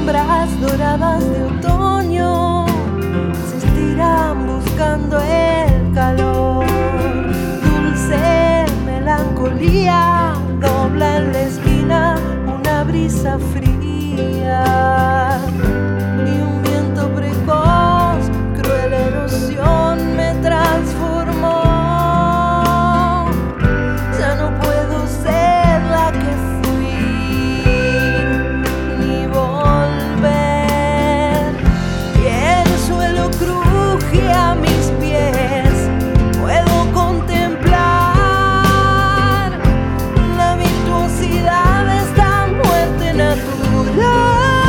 sombras doradas de otoño se estiran buscando el calor. Dulce melancolía dobla en la esquina una brisa fría y un viento precoz, cruel erosión me transformó. Ya no puedo ser la que fui ni volver, y el suelo cruje a mis pies. Puedo contemplar la virtuosidad de esta muerte natural.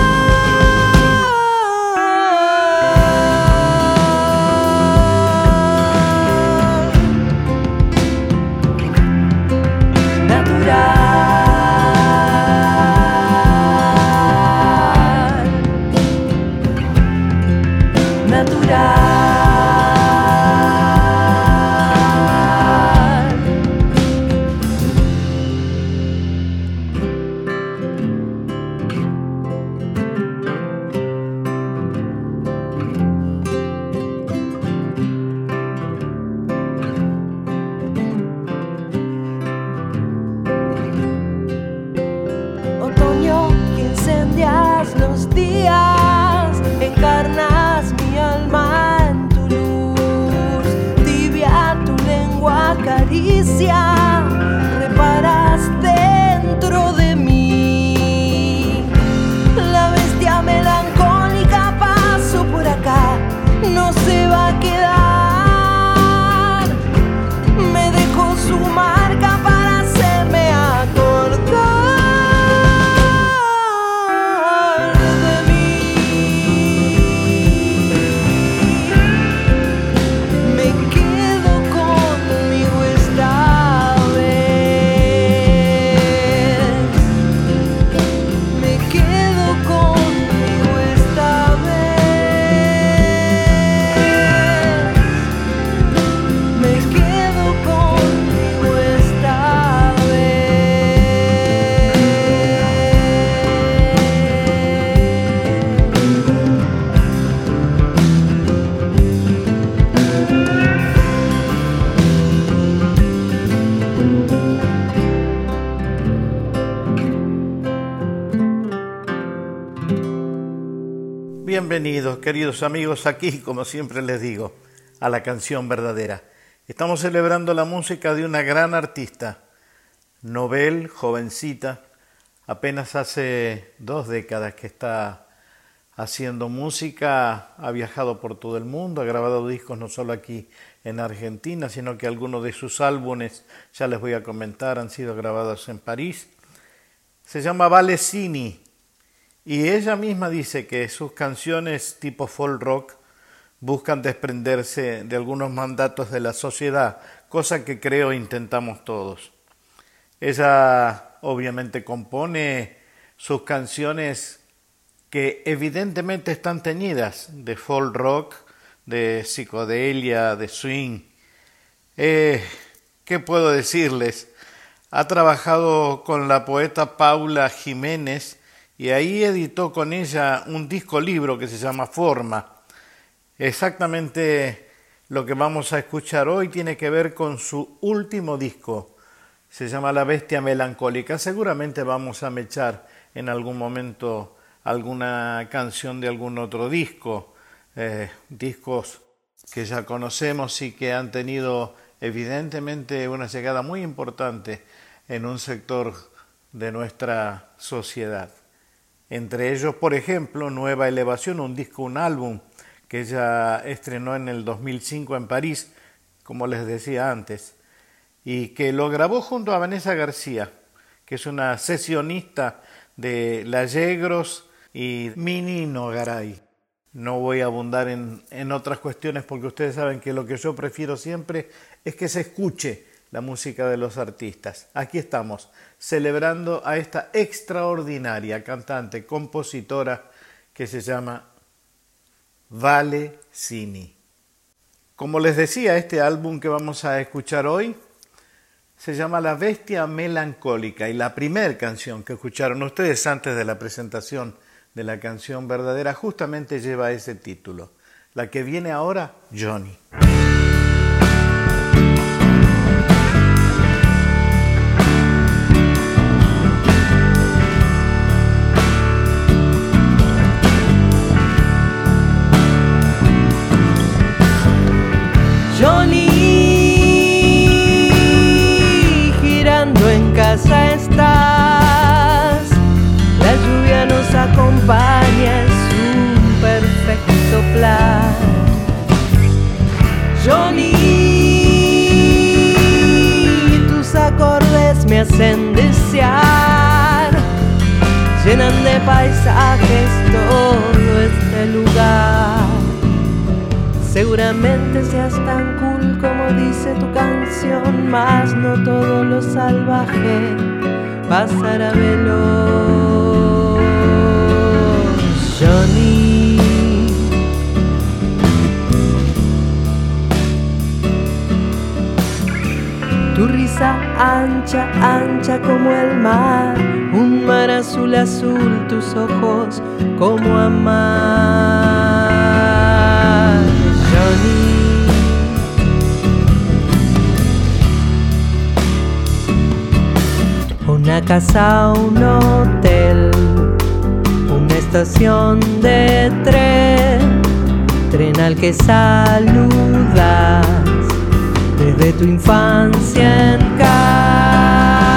Otoño que incendias los días, encarnas mi alma en tu luz, tibia tu lengua acaricia, reparas dentro de mí. La bestia melancólica pasó por acá, no se va a quedar, me dejó su marca para hacerme acordar. Bienvenidos, queridos amigos, aquí, como siempre les digo, a La Canción Verdadera. Estamos celebrando la música de una gran artista, Nobel, jovencita, apenas hace 2 décadas que está haciendo música, ha viajado por todo el mundo, ha grabado discos no solo aquí en Argentina, sino que algunos de sus álbumes, ya les voy a comentar, han sido grabados en París. Se llama Vale Sini. Y ella misma dice que sus canciones tipo folk rock buscan desprenderse de algunos mandatos de la sociedad, cosa que creo intentamos todos. Ella obviamente compone sus canciones que evidentemente están teñidas de folk rock, de psicodelia, de swing. ¿Qué puedo decirles? Ha trabajado con la poeta Paula Jiménez, y ahí editó con ella un disco libro que se llama Forma. Exactamente lo que vamos a escuchar hoy tiene que ver con su último disco. Se llama La Bestia Melancólica. Seguramente vamos a mechar en algún momento alguna canción de algún otro disco. Discos que ya conocemos y que han tenido evidentemente una llegada muy importante en un sector de nuestra sociedad. Entre ellos, por ejemplo, Nueva Elevación, un álbum que ella estrenó en el 2005 en París, como les decía antes, y que lo grabó junto a Vanessa García, que es una sesionista de La Yegros y Mini Nogaray. No voy a abundar en otras cuestiones porque ustedes saben que lo que yo prefiero siempre es que se escuche la música de los artistas. Aquí estamos, celebrando a esta extraordinaria cantante, compositora que se llama Vale Sini. Como les decía, este álbum que vamos a escuchar hoy se llama La Bestia Melancólica, y la primera canción que escucharon ustedes antes de la presentación de la canción verdadera justamente lleva ese título. La que viene ahora, Johnny. Johnny, girando en casa estás, la lluvia nos acompaña, es un perfecto plan. Johnny, tus acordes me hacen desear, llenan de paisajes todo este lugar. Seguramente seas tan cool como dice tu canción, mas no todo lo salvaje pasará veloz. Johnny, tu risa ancha, ancha como el mar, un mar azul, azul, tus ojos como amar. Una casa, un hotel, una estación de tren, tren al que saludas desde tu infancia en Canadá.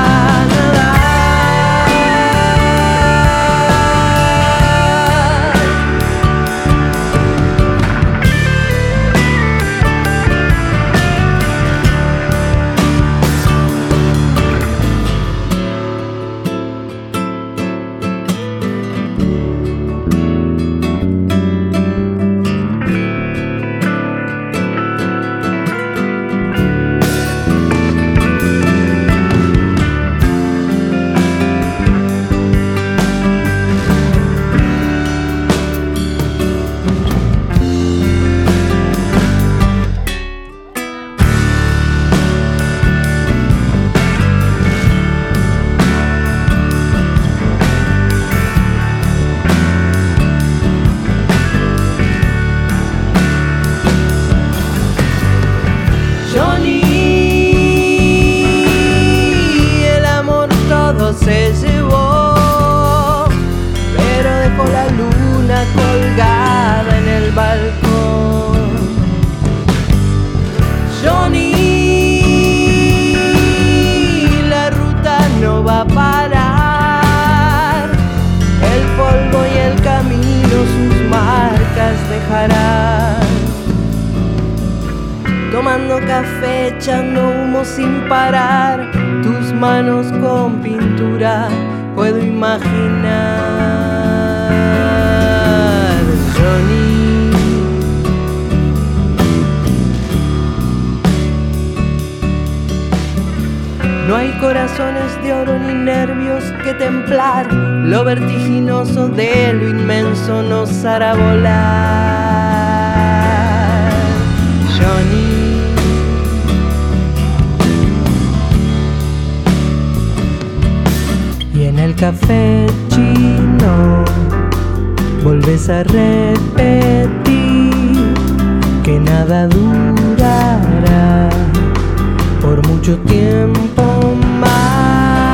Se llevó, pero dejó la luna colgada en el balcón. Johnny, la ruta no va a parar, el polvo y el camino sus marcas dejarán. Tomando café, echando humo sin parar, tus manos con pintura puedo imaginar. Johnny, no hay corazones de oro ni nervios que templar, lo vertiginoso de lo inmenso nos hará volar. Johnny, en el café chino volves a repetir que nada durará por mucho tiempo más.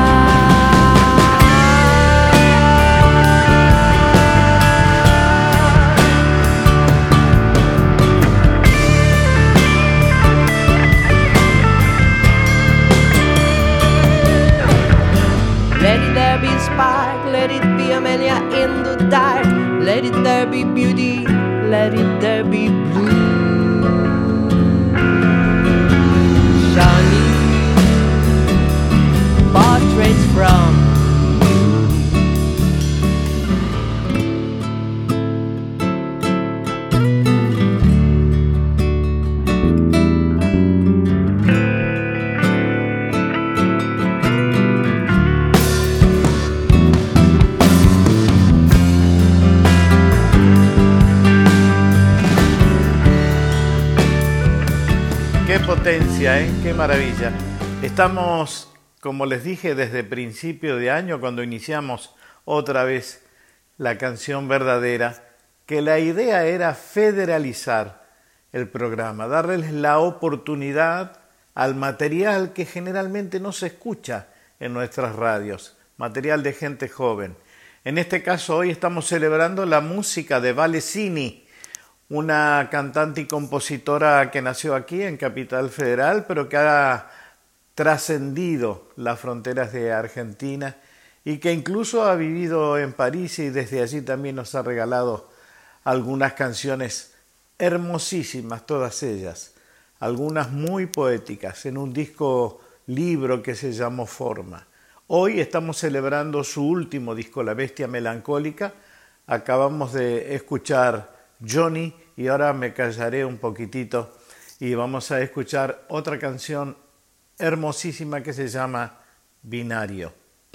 Let it there be spark, let it be Amelia in the dark, let it there be beauty, let it there be blue. Johnny, portraits from Qué potencia, ¿eh? Qué maravilla. Estamos, como les dije, desde principio de año, cuando iniciamos otra vez La canción verdadera, que la idea era federalizar el programa, darles la oportunidad al material que generalmente no se escucha en nuestras radios, material de gente joven. En este caso hoy estamos celebrando la música de Vale Sini, una cantante y compositora que nació aquí en Capital Federal, pero que ha trascendido las fronteras de Argentina y que incluso ha vivido en París y desde allí también nos ha regalado algunas canciones hermosísimas, todas ellas, algunas muy poéticas, en un disco libro que se llamó Forma. Hoy estamos celebrando su último disco, La Bestia Melancólica. Acabamos de escuchar Johnny y ahora me callaré un poquitito y vamos a escuchar otra canción hermosísima que se llama Binario.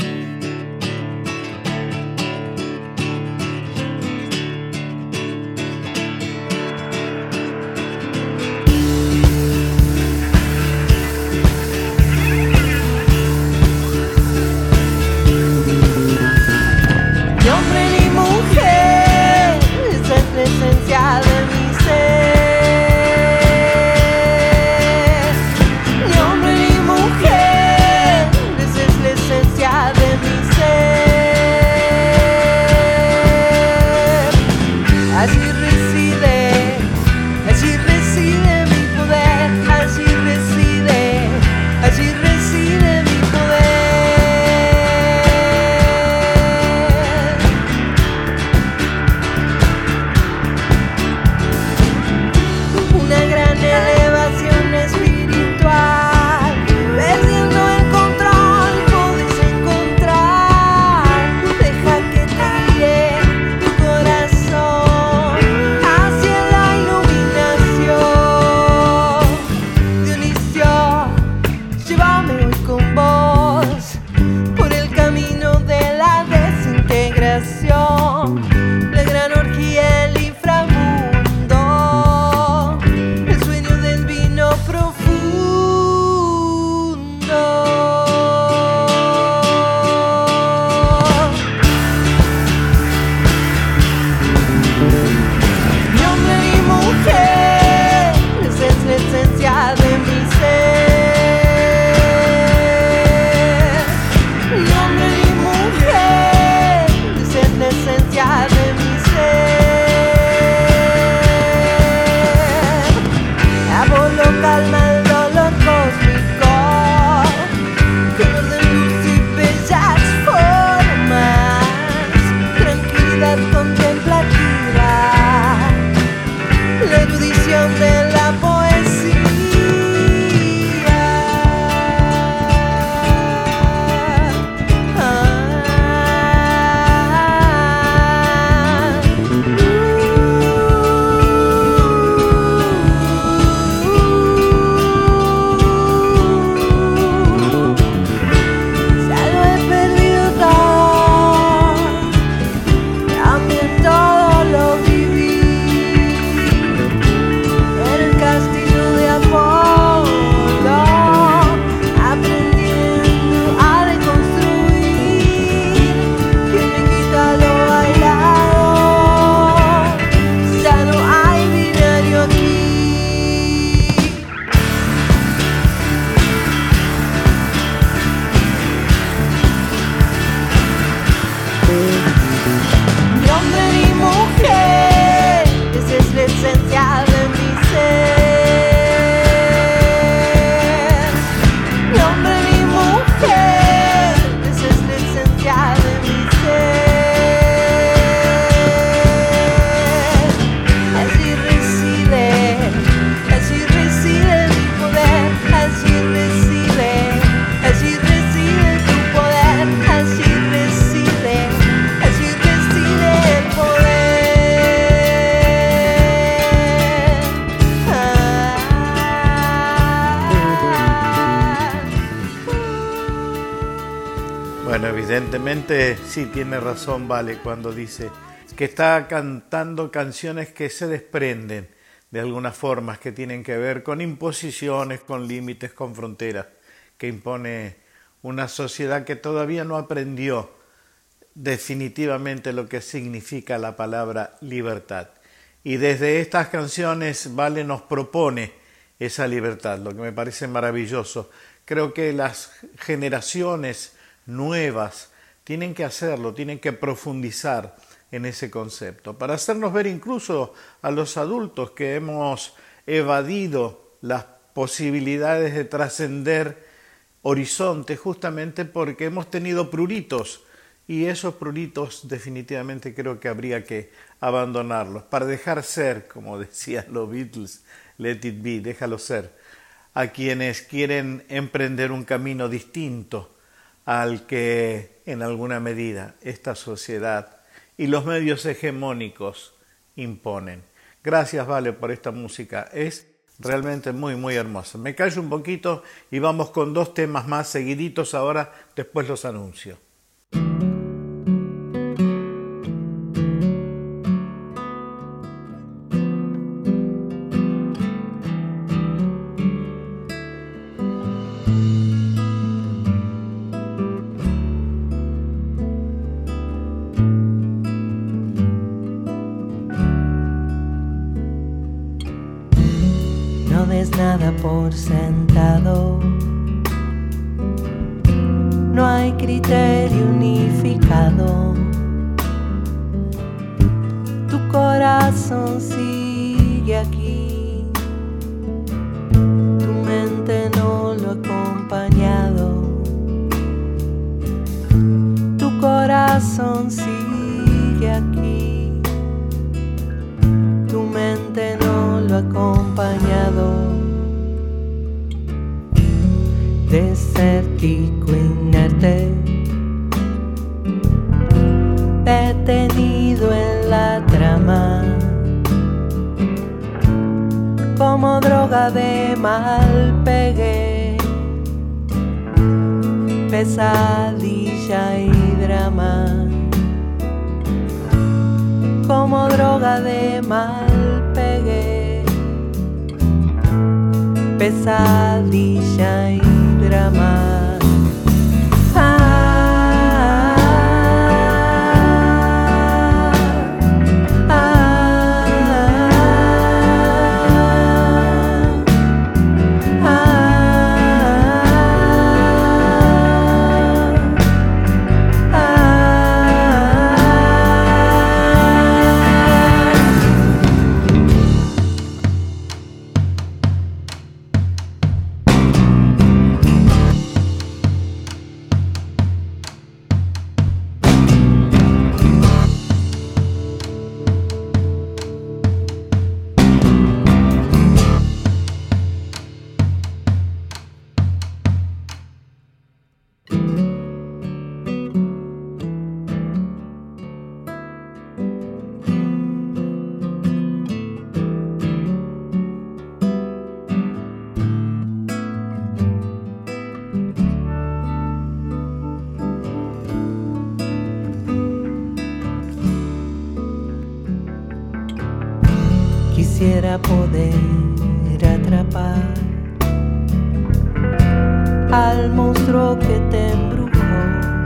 Evidentemente sí tiene razón Vale cuando dice que está cantando canciones que se desprenden de algunas formas que tienen que ver con imposiciones, con límites, con fronteras que impone una sociedad que todavía no aprendió definitivamente lo que significa la palabra libertad. Y desde estas canciones Vale nos propone esa libertad, lo que me parece maravilloso. Creo que las generaciones nuevas tienen que hacerlo, tienen que profundizar en ese concepto, para hacernos ver incluso a los adultos que hemos evadido las posibilidades de trascender horizontes justamente porque hemos tenido pruritos, y esos pruritos definitivamente creo que habría que abandonarlos para dejar ser, como decían los Beatles, let it be, déjalo ser, a quienes quieren emprender un camino distinto al que en alguna medida esta sociedad y los medios hegemónicos imponen. Gracias, Vale, por esta música. Es realmente muy, muy hermosa. Me callo un poquito y vamos con 2 temas más seguiditos ahora, después los anuncio. Nada por sentado, no hay criterio unificado. Tu corazón sigue aquí, tu mente no lo ha acompañado. Tu corazón sigue aquí, tu mente no lo ha acompañado. Desértico, inerte, detenido en la trama, como droga de mal pegue, pesadilla y drama, como droga de mal pegue, pesadilla y drama. Quisiera poder atrapar al monstruo que te embrujó,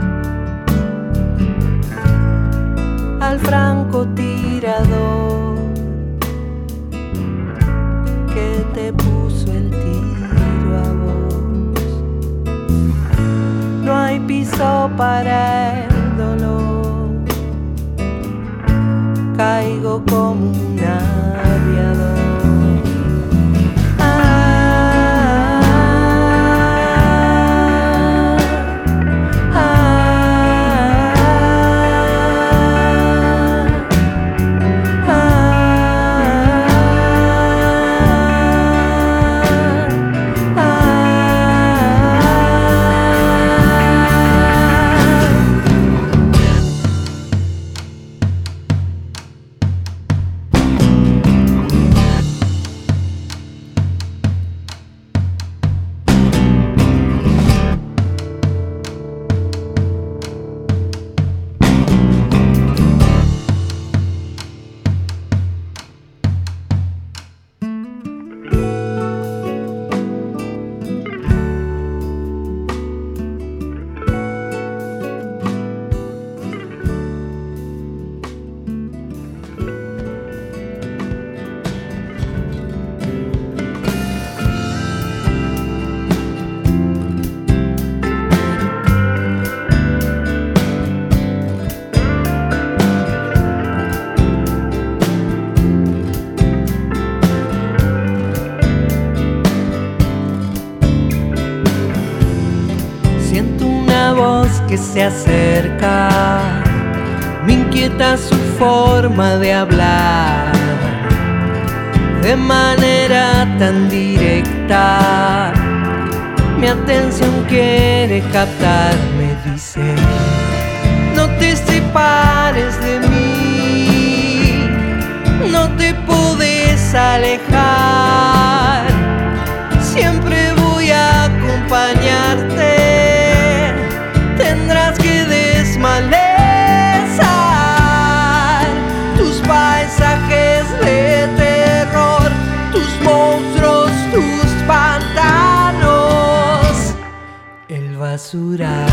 al francotirador que te puso el tiro a vos. No hay piso para el dolor, caigo como un aviador. que se acerca, me inquieta su forma de hablar, de manera tan directa. Mi atención quiere captar, me dice: no te separes de mí, no te podés alejar, siempre voy a acompañarte, tendrás que desmalezar tus paisajes de terror, tus monstruos, tus pantanos, el basural.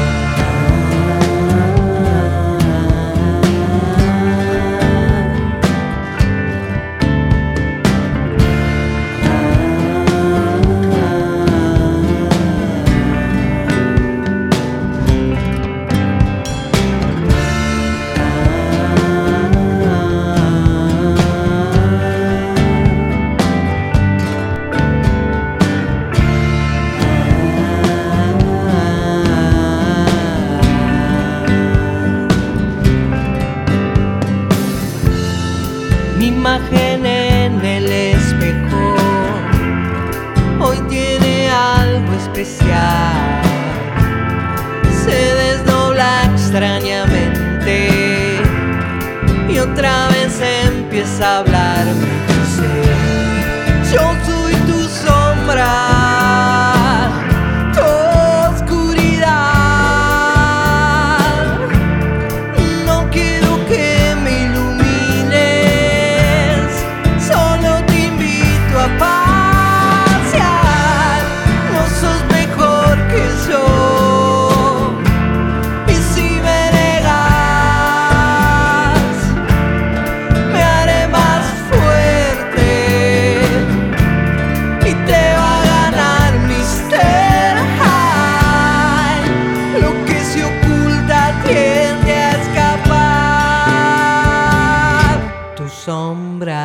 Mi imagen en el espejo hoy tiene algo especial, se desdobla extrañamente y otra vez empieza a hablar. Me dice: yo soy tu sombra, tu oscuridad, no quiero que me ilumines, solo te invito a pasear, no sos mejor que yo, y si me negas, me haré más fuerte y te va a ganar Mr. Hyde. Lo que se oculta tiende a escapar, tu sombra.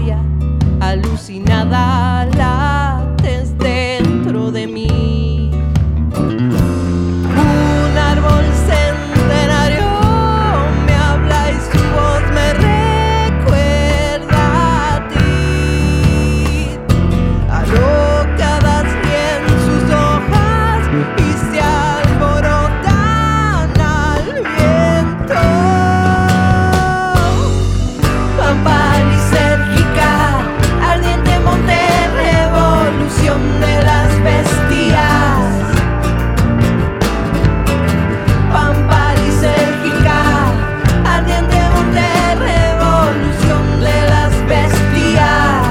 memoria alucinada lates dentro de mí. Un árbol centenario me habla y su voz me recuerda a ti. Alocadas en sus hojas y se alborotan al viento. Pampa lisérgica, ardiente monte, revolución de las bestias. Pampa lisérgica, ardiente monte, revolución de las bestias.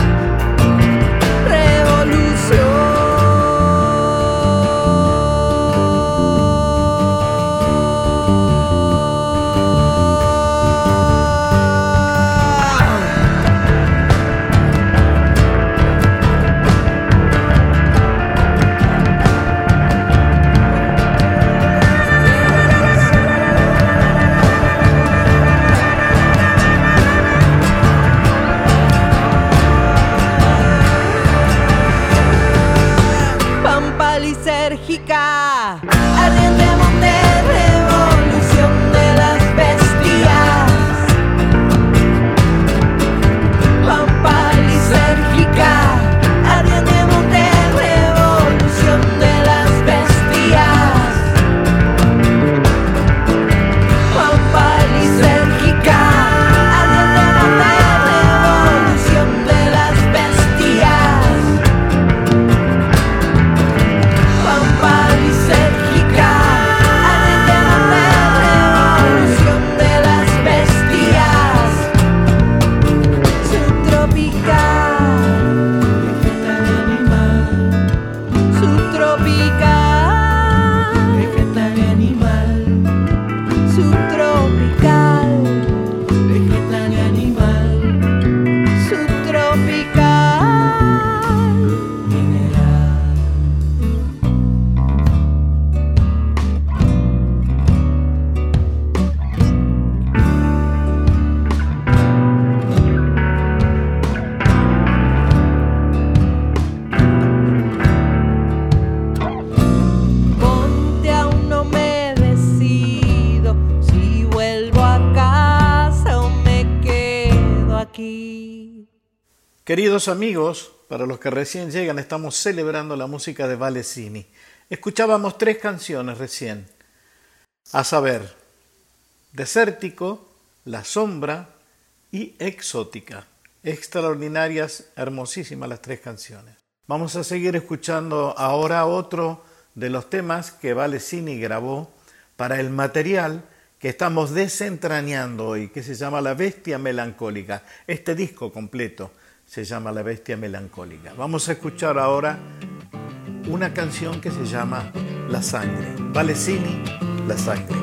Pampa lisérgica, ardiente monte, revolución de las bestias. Pampa lisérgica, ardiente monte, revolución de las bestias. Pampa lisérgica, ardiente monte, revolución de las bestias. Pampa lisérgica, ardiente monte, revolución de las bestias. Subtropical, vegetal animal. Subtropical, vegetal animal. Subtropical, vegetal animal. Subtropical, mineral. Monte aún no me decido si vuelvo a casa o me quedo aquí. Queridos amigos, para los que recién llegan, estamos celebrando la música de Valesini. Escuchábamos 3 canciones recién, a saber, Desértico, La Sombra y Exótica. Extraordinarias, hermosísimas las 3 canciones. Vamos a seguir escuchando ahora otro de los temas que Valesini grabó para el material que estamos desentrañando hoy, que se llama La Bestia Melancólica. Este disco completo se llama La Bestia Melancólica. Vamos a escuchar ahora una canción que se llama La Sangre. Valesini, La Sangre.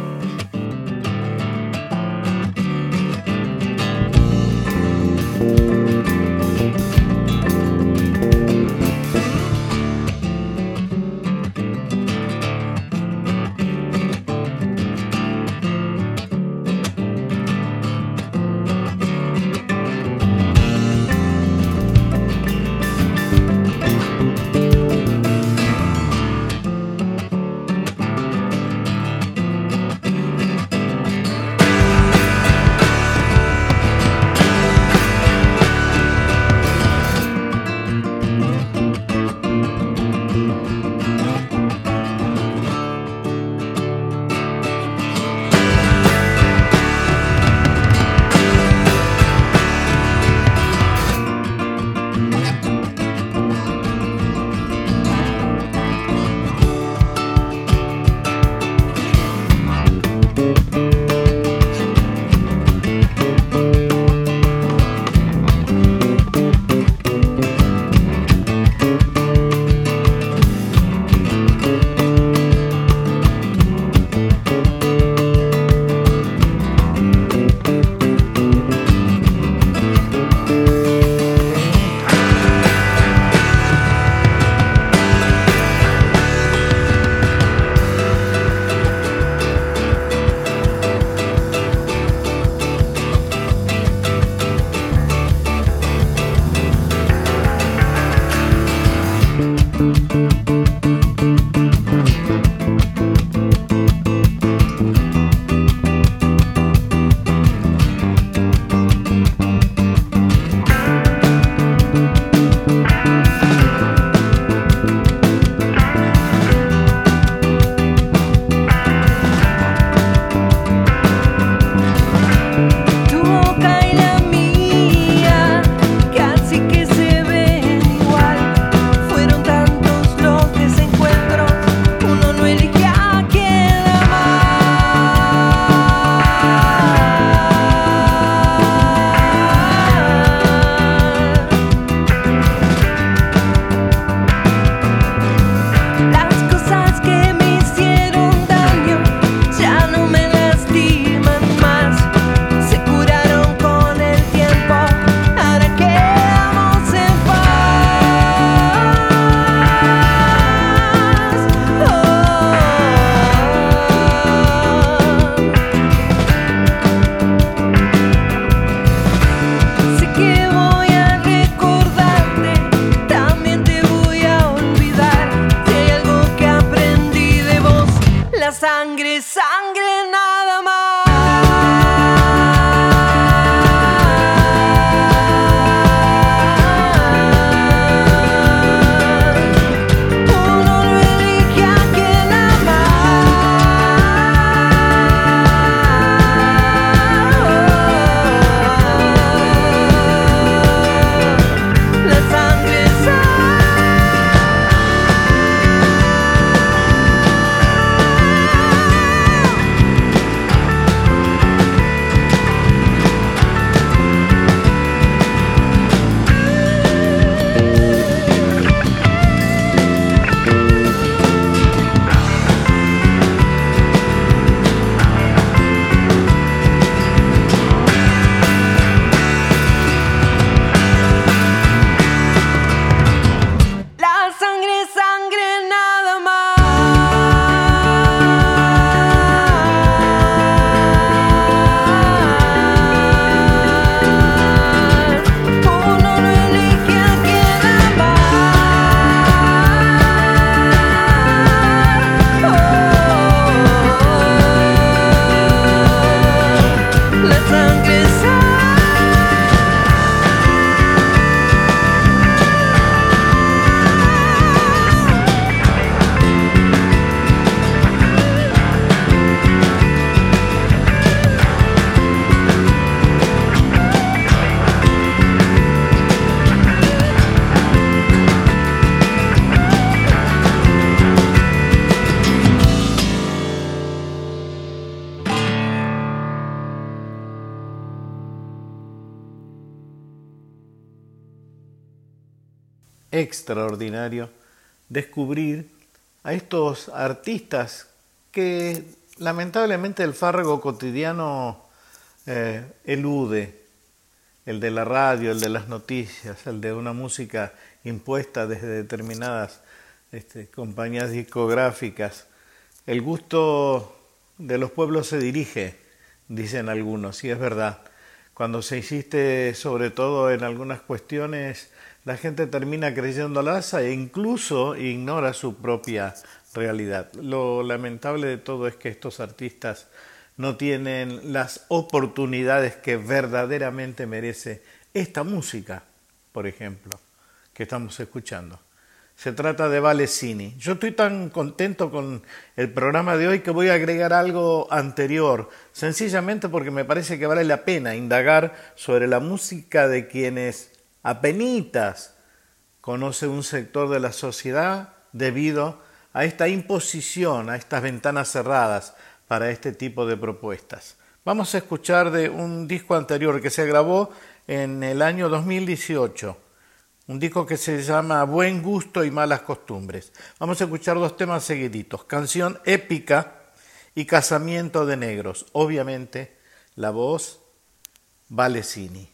extraordinario descubrir a estos artistas que lamentablemente el fárrago cotidiano elude, el de la radio, el de las noticias, el de una música impuesta desde determinadas compañías discográficas. El gusto de los pueblos se dirige, dicen algunos, y es verdad. Cuando se insiste sobre todo en algunas cuestiones, la gente termina creyéndolas e incluso ignora su propia realidad. Lo lamentable de todo es que estos artistas no tienen las oportunidades que verdaderamente merece esta música, por ejemplo, que estamos escuchando. Se trata de Valesini. Yo estoy tan contento con el programa de hoy que voy a agregar algo anterior, sencillamente porque me parece que vale la pena indagar sobre la música de quienes apenitas conoce un sector de la sociedad debido a esta imposición, a estas ventanas cerradas para este tipo de propuestas. Vamos a escuchar de un disco anterior que se grabó en el año 2018. Un disco que se llama Buen Gusto y Malas Costumbres. Vamos a escuchar dos temas seguiditos. Canción épica y Casamiento de Negros. Obviamente, la voz Valesini.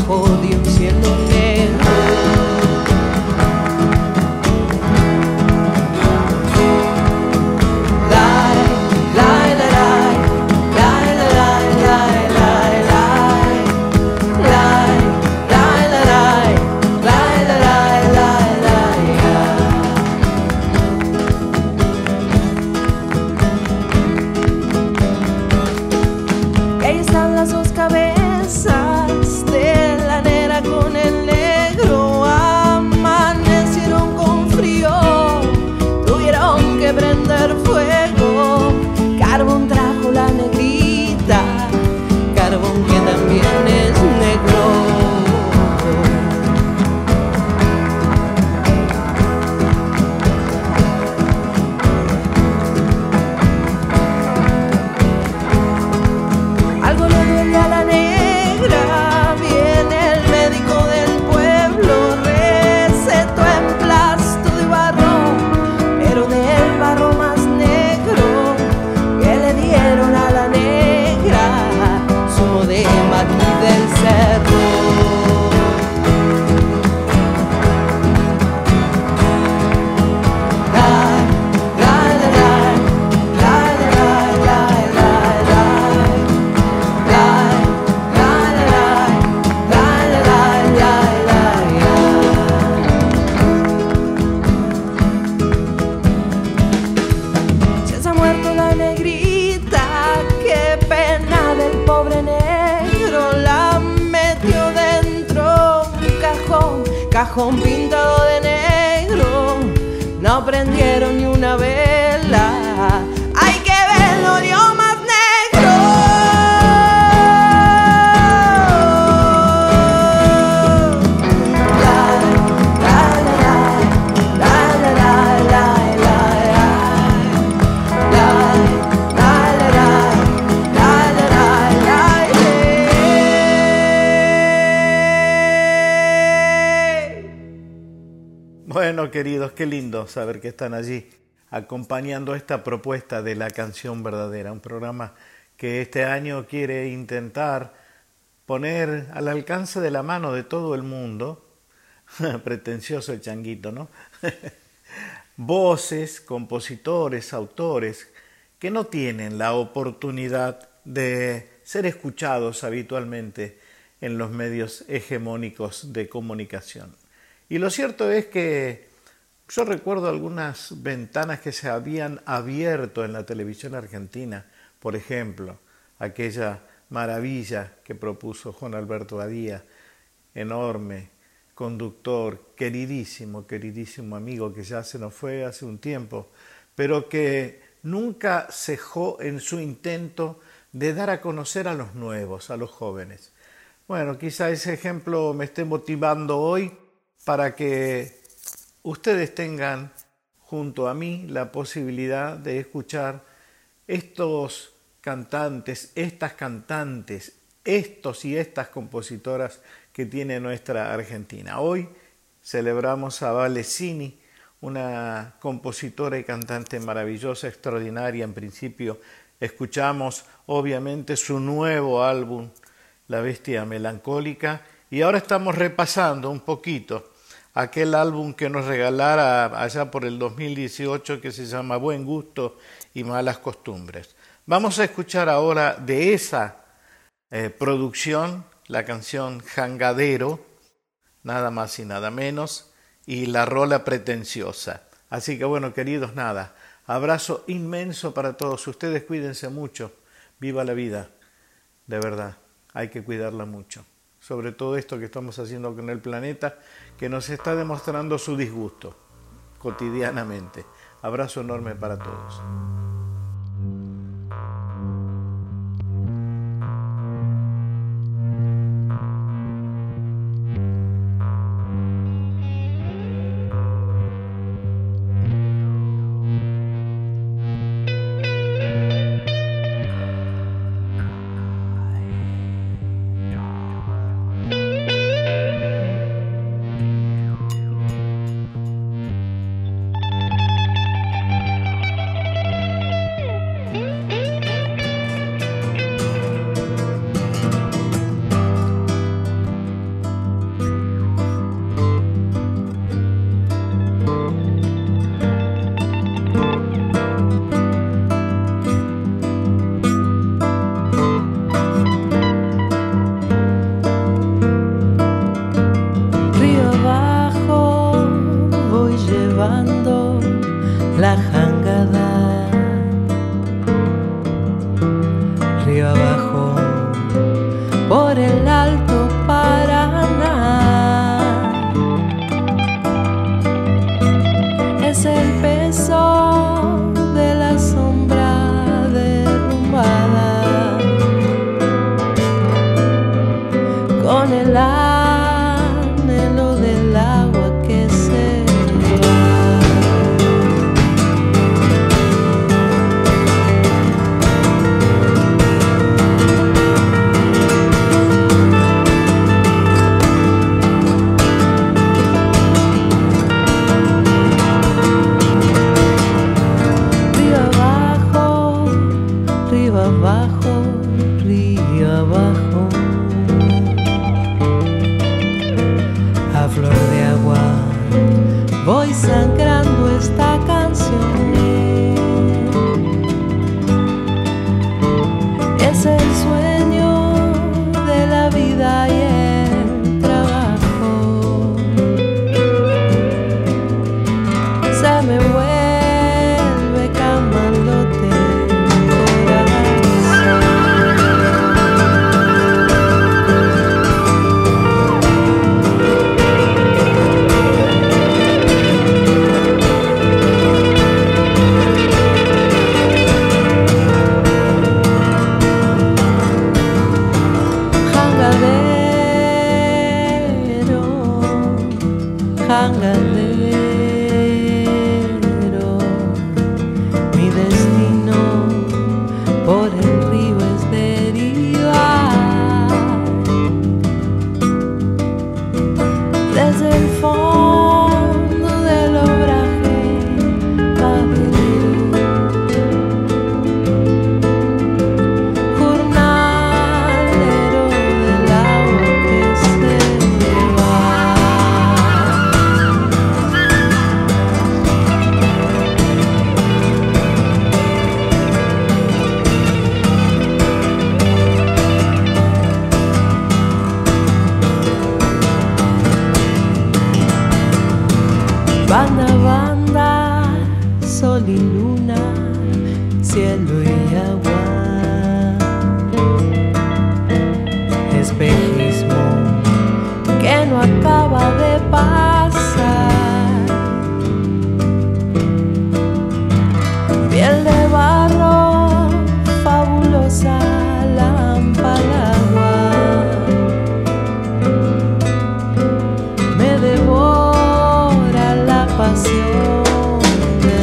bajo de un cielo negro. Ahí están las dos cabezas de la negra con el negro. Amanecieron con frío, tuvieron que prender fuego. Carbón trajo la negrita, carbón que también es negro. Algo le duele a la negra, viene el médico del pueblo, recetó emplasto de barro, pero del barro más negro que le dieron a la negra, zumo de maní del cerro. Se ha muerto la negrita, qué pena del pobre negro. La metió dentro un cajón, cajón pintado de negro. No prendieron ni una vela, hay que verlo dio más negro. Bueno, queridos, qué lindo saber que están allí acompañando esta propuesta de La Canción Verdadera, un programa que este año quiere intentar poner al alcance de la mano de todo el mundo, pretencioso el changuito, ¿no? Voces, compositores, autores que no tienen la oportunidad de ser escuchados habitualmente en los medios hegemónicos de comunicación. Y lo cierto es que yo recuerdo algunas ventanas que se habían abierto en la televisión argentina, por ejemplo, aquella maravilla que propuso Juan Alberto Badía, enorme conductor, queridísimo, queridísimo amigo que ya se nos fue hace un tiempo, pero que nunca cejó en su intento de dar a conocer a los nuevos, a los jóvenes. Bueno, quizá ese ejemplo me esté motivando hoy para que ustedes tengan junto a mí la posibilidad de escuchar estos cantantes, estas cantantes, estos y estas compositoras que tiene nuestra Argentina. Hoy celebramos a Vale Sini, una compositora y cantante maravillosa, extraordinaria. En principio escuchamos obviamente su nuevo álbum, La Bestia Melancólica, y ahora estamos repasando un poquito aquel álbum que nos regalara allá por el 2018 que se llama Buen Gusto y Malas Costumbres. Vamos a escuchar ahora de esa producción la canción Jangadero, nada más y nada menos, y La Rola Pretenciosa. Así que bueno, queridos, nada, abrazo inmenso para todos ustedes, cuídense mucho, viva la vida, de verdad, hay que cuidarla mucho. Sobre todo esto que estamos haciendo con el planeta, que nos está demostrando su disgusto cotidianamente. Abrazo enorme para todos. la jangada, río abajo, por el Alto Paraná. Es el peso de la sombra derrumbada, con el anhelo del agua que se va. Abajo, río abajo, a flor de agua voy sangrando esta canción. Es el sueño de la vida y el trabajo. Se me vuelve camalote. Jangadero, mi destino por el río es derivar. Desde el fondo del obraje maderero, jornalero del agua que se va. Banda, banda, sol y luna, cielo y agua, espejismo que no acaba de pasar, piel de barro, fabulosa lámpara agua, me devora la pasión de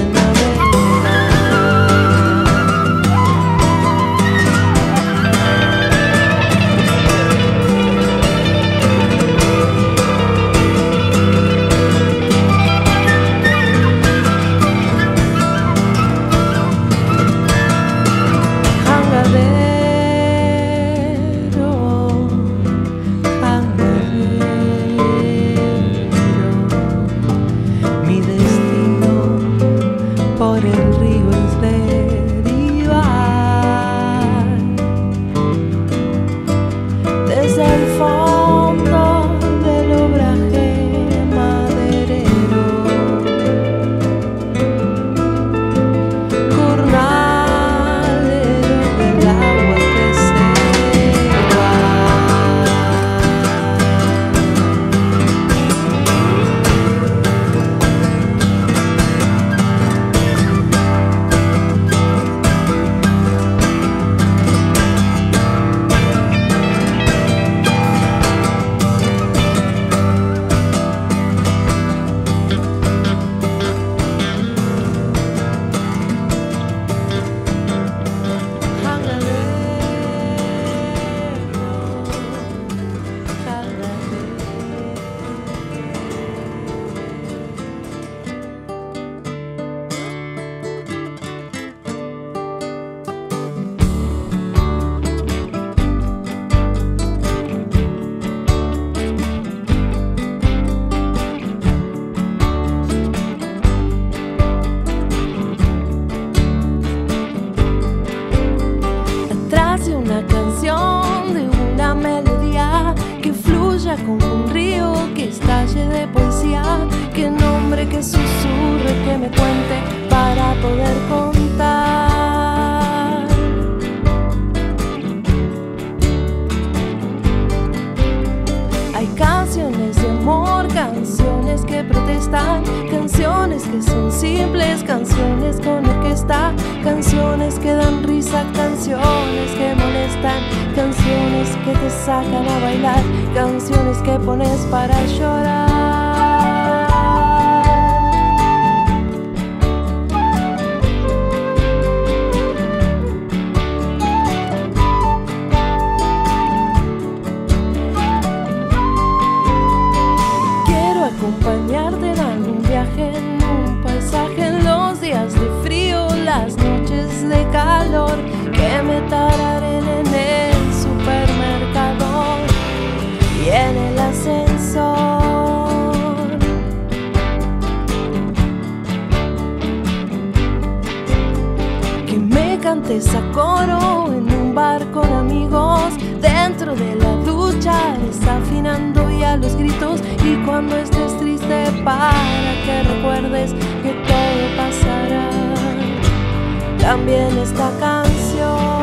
como un río que estalle de poesía, que nombre, que susurre, que me cuente para risa, canciones que molestan, canciones que te sacan a bailar, canciones que pones para llorar. Acompañarte en algún viaje, en un paisaje, en los días de frío, las noches de calor, que me tararen en el supermercado y en el ascensor. Que me cantes a coro en un bar con amigos, dentro de la ducha, desafinando ya los gritos, y cuando estés triste para que recuerdes que todo pasará. También esta canción.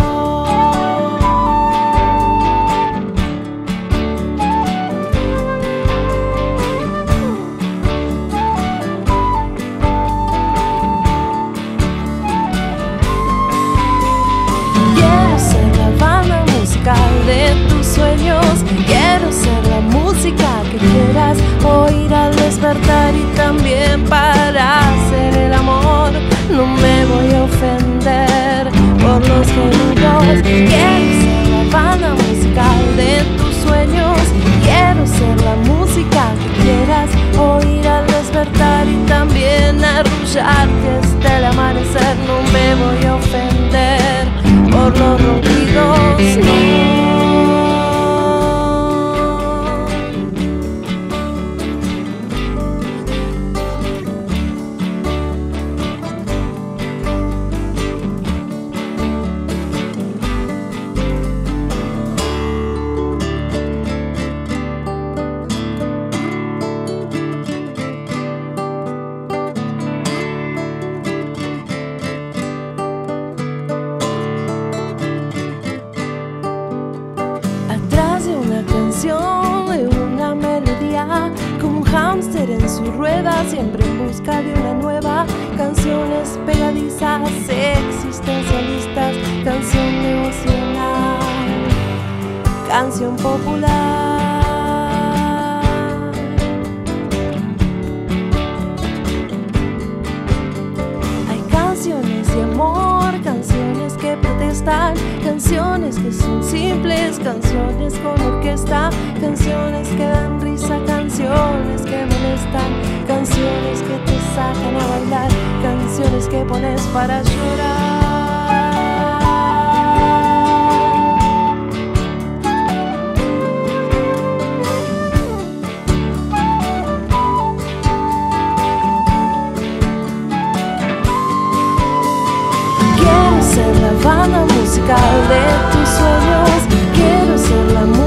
Quiero ser la banda musical de tus sueños, quiero ser la música que quieras oír al despertar, y también para hacer el amor no me voy a ofender por los gemidos. Quiero ser la banda musical de tus sueños, quiero ser la música que quieras oír al despertar, y también arrullarte hasta el amanecer. No me voy a ofender por los ronquidos, no. De una melodía, como un hámster en su rueda, siempre en busca de una nueva. Canciones pegadizas, existencialistas, canción devocional, canción popular. Hay canciones de amor, canciones que protestan, canciones que son simples, canciones con orquesta, canciones que dan risa, canciones que molestan, canciones que te sacan a bailar, canciones que pones para llorar. Quiero ser la banda musical de tus sueños, quiero ser la música